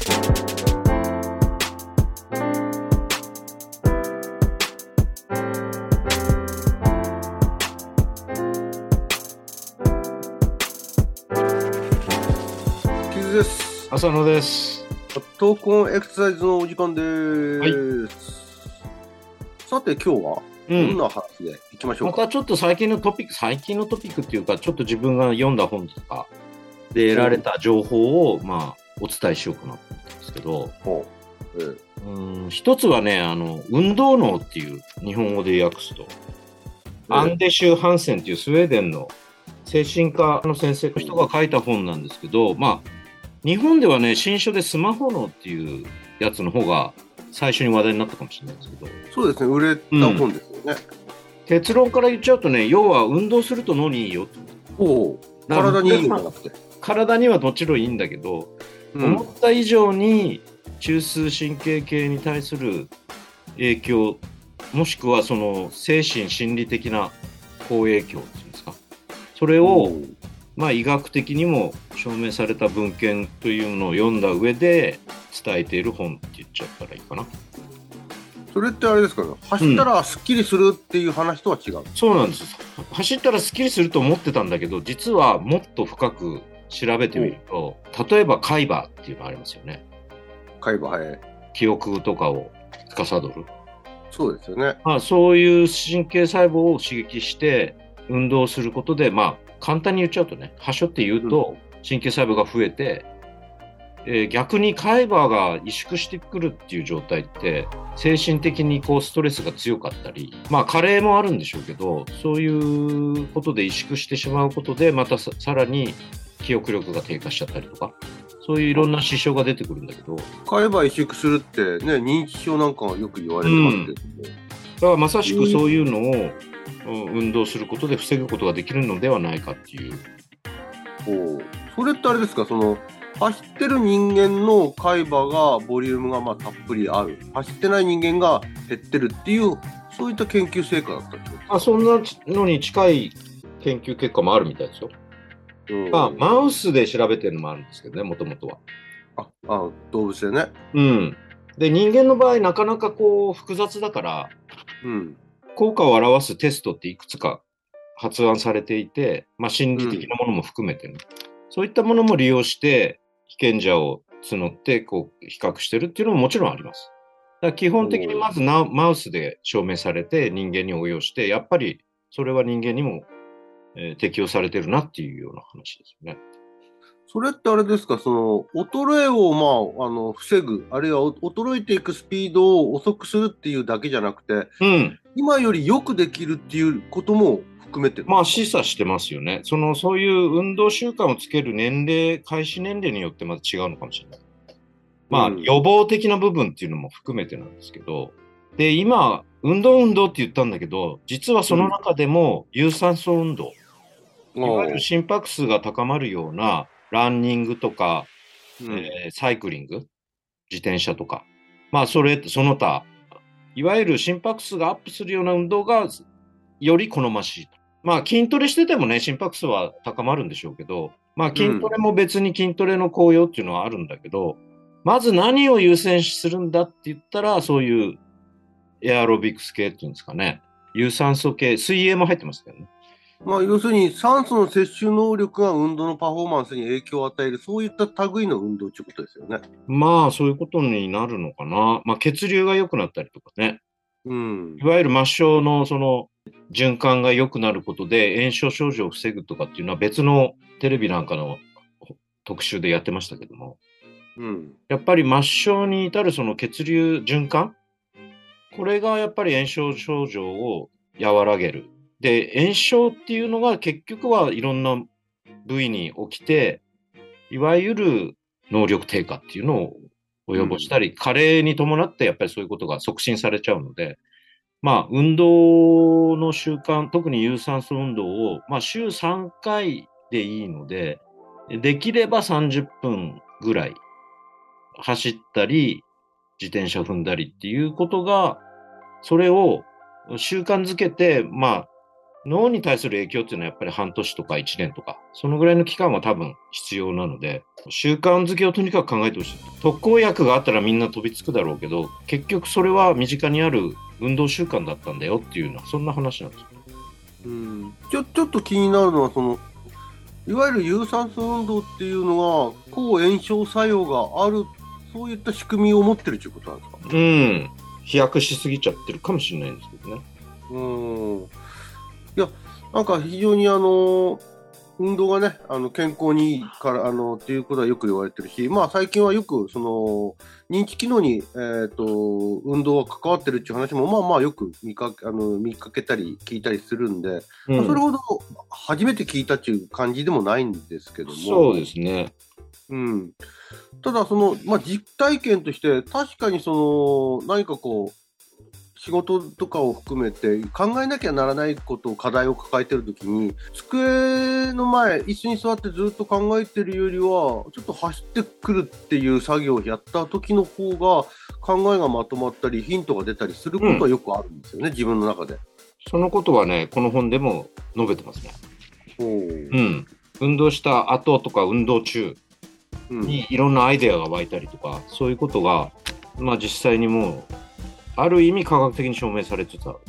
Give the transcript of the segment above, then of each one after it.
キズです。 浅野です。 闘魂エクササイズのお時間です。 はい、 さて今日はどんな話でいきましょうか。 またちょっと最近のトピックっていうか、ちょっと自分が読んだ本とかで得られた情報を、お伝えしようかなと思ったんですけど、一つはね、運動脳っていう日本語で訳すと、アンデシュ・ハンセンっていうスウェーデンの精神科の先生の人が書いた本なんですけど、日本ではね、新書でスマホ脳っていうやつの方が最初に話題になったかもしれないですけど。 そうですね、売れた本ですよね。 結論から言っちゃうとね、要は運動すると脳にいいよと。 体にいいんじゃなくて。 体にはもちろんいいんだけど、思った以上に中枢神経系に対する影響、もしくはその精神心理的な好影響っていうんですか、それを医学的にも証明された文献というのを読んだ上で伝えている本って言っちゃったらいいかな。 それってあれですかね、走ったらスッキリするっていう話とは違う。 そうなんです。走ったらスッキリすると思ってたんだけど、実はもっと深く調べてみると、例えば海馬っていうのありますよね。 海馬、はい。 記憶とかを司る。 そうですよね。 そういう神経細胞を刺激して運動することで、簡単に言っちゃうとね、はしょって言うと、神経細胞が増えて、逆に海馬が萎縮してくるっていう状態って、精神的にこうストレスが強かったり、加齢もあるんでしょうけど、そういうことで萎縮してしまうことで、またさらに記憶力が低下しちゃったりとか、そういういろんな支障が出てくるんだけど。 海馬萎縮するってね、認知症なんかはよく言われてますけど、 だからまさしくそういうのを運動することで防ぐことができるのではないかっていう。 それってあれですか、その走ってる人間の海馬がボリュームがたっぷりある、走ってない人間が減ってるっていう、そういった研究成果だったんですか。 そんなのに近い研究結果もあるみたいですよ。マウスで調べてるのもあるんですけどね、もともとは。 動物でね。 で、人間の場合、なかなかこう複雑だから、効果を表すテストっていくつか発案されていて、心理的なものも含めてね、そういったものも利用して、被験者を募ってこう比較してるっていうのももちろんあります。だから基本的にまずマウスで証明されて人間に応用して、やっぱりそれは人間にも、適用されてるなっていうような話ですよね。 それってあれですか、その衰えを防ぐ、あるいは衰えていくスピードを遅くするっていうだけじゃなくて、今よりよくできるっていうことも含めてる。 示唆してますよね。そういう運動習慣をつける年齢、開始年齢によってまず違うのかもしれない。予防的な部分っていうのも含めてなんですけど、で、今、運動って言ったんだけど、実はその中でも有酸素運動、いわゆる心拍数が高まるようなランニングとか、サイクリング、自転車とか、その他、いわゆる心拍数がアップするような運動がより好ましいと。筋トレしててもね、心拍数は高まるんでしょうけど、筋トレも別に筋トレの効用っていうのはあるんだけど、まず何を優先するんだって言ったら、そういうエアロビクス系っていうんですかね、有酸素系、水泳も入ってますけどね。 要するに酸素の摂取能力が運動のパフォーマンスに影響を与える、そういった類の運動ということですよね。 そういうことになるのかな。血流が良くなったりとかね。いわゆる末梢のその循環が良くなることで炎症症状を防ぐとかっていうのは別のテレビなんかの特集でやってましたけども、やっぱり末梢に至るその血流循環、これがやっぱり炎症症状を和らげる。で、炎症っていうのが結局はいろんな部位に起きて、いわゆる能力低下っていうのを及ぼしたり、加齢に伴ってやっぱりそういうことが促進されちゃうので、運動の習慣、特に有酸素運動を、週3回でいいので、できれば30分ぐらい走ったり、自転車踏んだりっていうことが、それを習慣づけて、 脳に対する影響っていうのはやっぱり半年とか1年とか、そのぐらいの期間は多分必要なので、習慣づけをとにかく考えてほしい。特効薬があったらみんな飛びつくだろうけど、結局それは身近にある運動習慣だったんだよっていうのは、そんな話なんですよ。 ちょっと気になるのは、いわゆる有酸素運動っていうのが、抗炎症作用がある、そういった仕組みを持ってるということなんですか？ 飛躍しすぎちゃってるかもしれないんですけどね。 いや、なんか非常に運動がね、健康にいいから、っていうことはよく言われてるし、まあ最近はよく、認知機能に、運動は関わってるっていう話も、まあまあよく見かけたり聞いたりするんで、まあ、それほど初めて聞いたっていう感じでもないんですけども。 そうですね。 ただ、まあ、実体験として、確かに何かこう、仕事とかを含めて考えなきゃならないことを課題を抱えてるときに、机の前、椅子に座ってずっと考えてるよりは、ちょっと走ってくるっていう作業をやった時の方が、考えがまとまったり、ヒントが出たりすることはよくあるんですよね、自分の中で。 そのことはね、この本でも述べてますね。運動した後とか運動中にいろんなアイデアが湧いたりとか、そういうことが、まあ実際にもう、ある意味科学的に証明されつつある。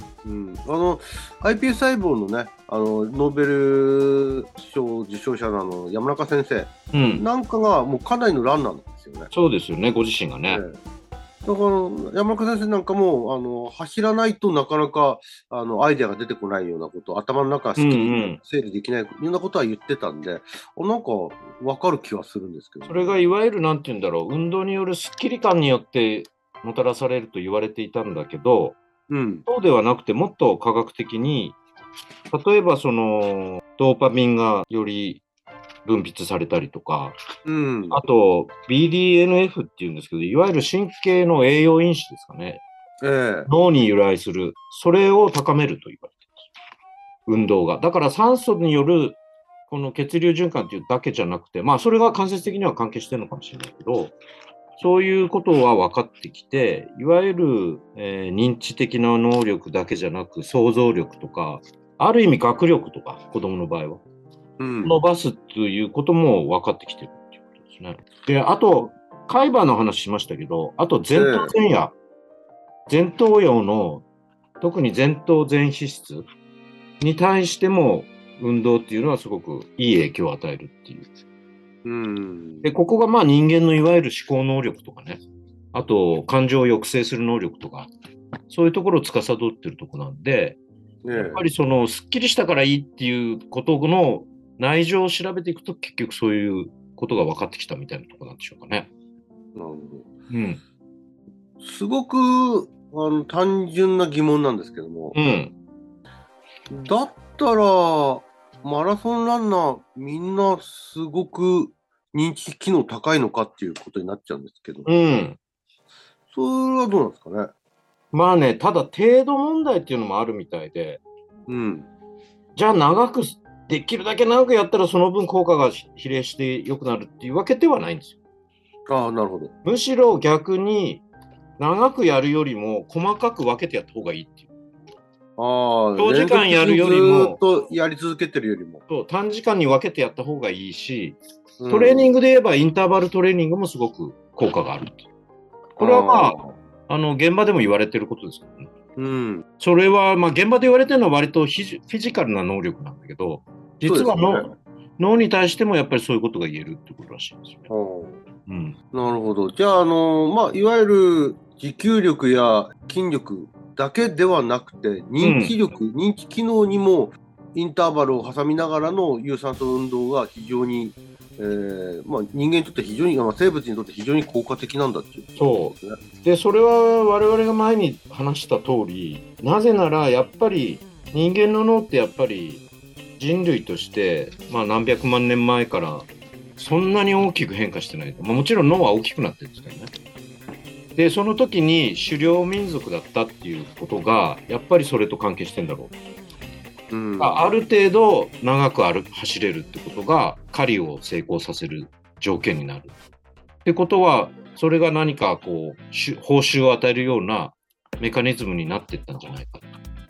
iPS 細胞のね、ノーベル賞受賞者の山中先生、なんかがもうかなりのランナーなんですよね。 そうですよね、ご自身がね。 だから山中先生なんかも走らないとなかなかアイデアが出てこないようなこと、頭の中すっきり整理できないようなことは言ってたんで、なんか分かる気はするんですけど、 それがいわゆるなんて言うんだろう、運動によるスッキリ感によってもたらされると言われていたんだけど、そうではなくてもっと科学的に、例えばドーパミンがより分泌されたりとか、あと BDNF っていうんですけど、いわゆる神経の栄養因子ですかね、脳に由来する、それを高めると言われています。運動が。だから酸素によるこの血流循環っていうだけじゃなくて、まあそれが間接的には関係してるのかもしれないけど、そういうことは分かってきて、いわゆる、認知的な能力だけじゃなく、想像力とか、ある意味学力とか、子供の場合は、伸ばすということも分かってきてるっていうことですね。で、あと、海馬の話しましたけど、あと前頭前野、前頭葉の、特に前頭前皮質に対しても、運動っていうのはすごくいい影響を与えるっていう。で、ここがまあ人間のいわゆる思考能力とかね、あと感情を抑制する能力とか、そういうところを司っているところなんで、やっぱりすっきりしたからいいっていうことの内情を調べていくと、結局そういうことが分かってきたみたいなところなんでしょうかね。 なるほど。すごく単純な疑問なんですけども、だったら、マラソンランナーみんなすごく認知機能高いのかっていうことになっちゃうんですけど、それはどうなんですかね。 まあね、ただ程度問題っていうのもあるみたいで、じゃあできるだけ長くやったらその分効果が比例して良くなるっていうわけではないんですよ。なるほど。 むしろ逆に長くやるよりも細かく分けてやった方がいいっていう。長時間やるよりも、 ずっとやり続けてるよりも。 短時間に分けてやった方がいいし、トレーニングで言えばインターバルトレーニングもすごく効果があるっていう。これはまあ、現場でも言われてることですけどね。それは、まあ、現場で言われてるのは割とフィジカルな能力なんだけど、実は脳に対してもやっぱりそういうことが言えるってことらしいんですよね。 なるほど。じゃあ、まあ、いわゆる持久力や筋力だけではなくて、認知力、認知機能にもインターバルを挟みながらの有酸素運動が非常に、まあ、人間にとって非常に、生物にとって非常に効果的なんだっていうことですね。 そう。で、それは我々が前に話した通り、なぜならやっぱり人間の脳ってやっぱり人類として、まあ、何百万年前からそんなに大きく変化してない。まあ、もちろん脳は大きくなってるんですけどね。で、その時に狩猟民族だったっていうことが、やっぱりそれと関係してんだろう。ある程度長く走れるってことが狩りを成功させる条件になる。ってことは、それが何かこう報酬を与えるようなメカニズムになっていったんじゃないか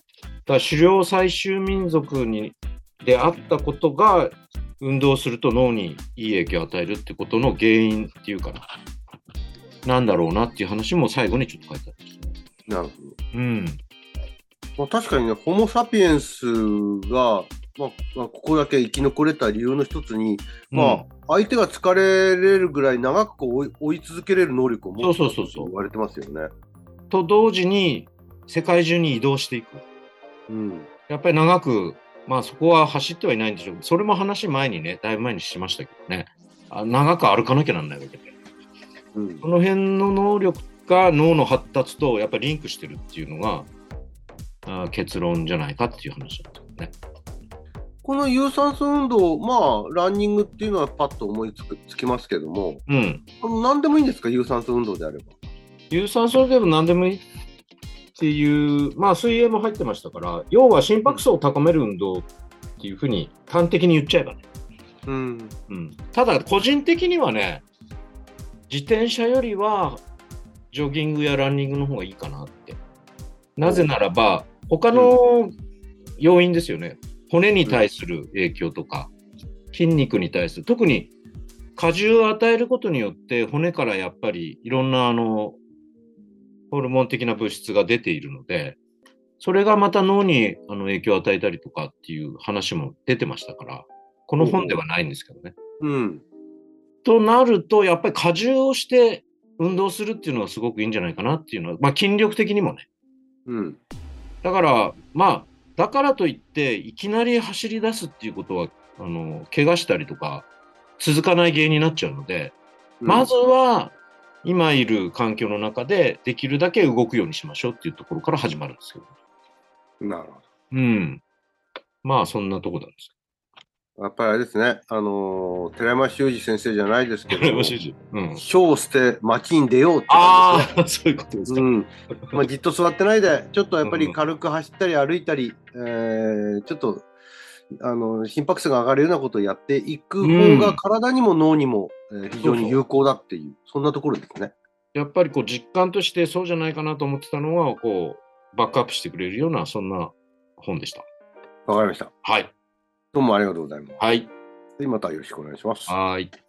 から狩猟採集民族であったことが運動すると脳にいい影響を与えるってことの原因っていうかなんだろうなっていう話も最後にちょっと書いてあるんですね。 なるほど。確かにね、ホモ・サピエンスが、ここだけ生き残れた理由の一つに、相手が疲れれるぐらい長く追い続けれる能力を持っていると言われてますよね。 と同時に世界中に移動していく。やっぱり長く、そこは走ってはいないんでしょう。それも話前にね、だいぶ前にしましたけどね。長く歩かなきゃなんないわけで。その辺の能力が脳の発達とやっぱりリンクしてるっていうのが結論じゃないかっていう話なんですよね。 この有酸素運動、ランニングっていうのはパッと思いつきますけども、何でもいいんですか、有酸素運動であれば。 有酸素でも何でもいいっていう、水泳も入ってましたから、要は心拍数を高める運動っていうふうに端的に言っちゃえばね。ただ、個人的にはね、自転車よりはジョギングやランニングの方がいいかなって。なぜならば、他の要因ですよね。骨に対する影響とか、筋肉に対する、特に荷重を与えることによって骨からやっぱりいろんなホルモン的な物質が出ているので、それがまた脳に影響を与えたりとかっていう話も出てましたから、この本ではないんですけどね。となると、やっぱり荷重をして運動するっていうのがすごくいいんじゃないかなっていうのは、筋力的にもね。だから、だからといっていきなり走り出すっていうことは怪我したりとか続かない原因になっちゃうので、まずは今いる環境の中でできるだけ動くようにしましょうっていうところから始まるんですけど。 なるほど。そんなとこなんですやっぱりあれですね、寺山修司先生じゃないですけど、書を捨て街に出ようって感じですね。そういうことですか。 じっと座ってないで、ちょっとやっぱり軽く走ったり歩いたり、ちょっと心拍数が上がるようなことをやっていく方が体にも脳にも非常に有効だっていう、そんなところですね。 やっぱり実感としてそうじゃないかなと思ってたのはバックアップしてくれるようなそんな本でした。 わかりました。 はい。 どうもありがとうございます。 はい。 またよろしくお願いします。 はい。